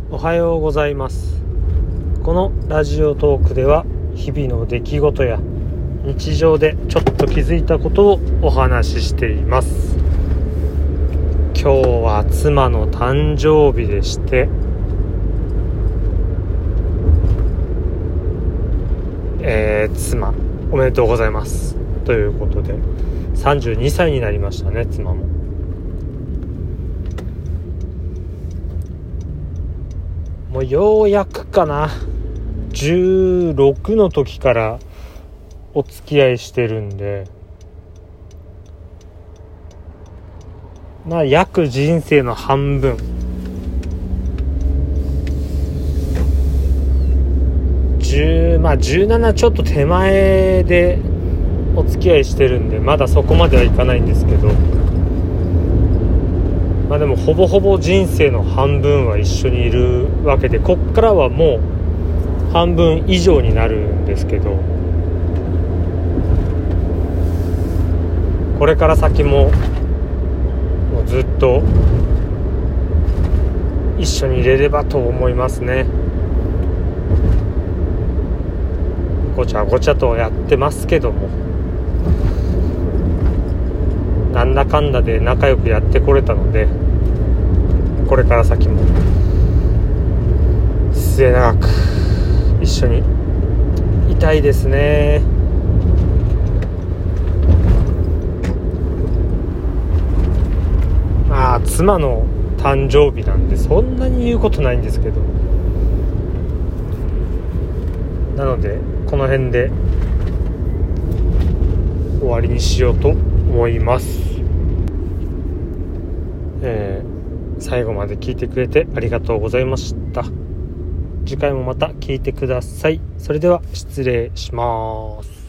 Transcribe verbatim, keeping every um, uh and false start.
おはようございます。このラジオトークでは日々の出来事や日常でちょっと気づいたことをお話ししています。今日は妻の誕生日でして、えー、妻おめでとうございますということでさんじゅうにさいになりましたね。妻ももうようやくかな、じゅうろくの時からお付き合いしてるんで、まあ約人生の半分、10まあじゅうななちょっと手前でお付き合いしてるんで、まだそこまではいかないんですけど、まあでもほぼほぼ人生の半分は一緒にいるわけで、こっからはもう半分以上になるんですけど、これから先ももうずっと一緒にいれればと思いますね。ごちゃごちゃとやってますけども、なんだかんだで仲良くやってこれたので、これから先も末永く一緒にいたいですね。まあ妻の誕生日なんでそんなに言うことないんですけど、なのでこの辺で終わりにしようと思います。えー、最後まで聞いてくれてありがとうございました。次回もまた聞いてください。それでは失礼します。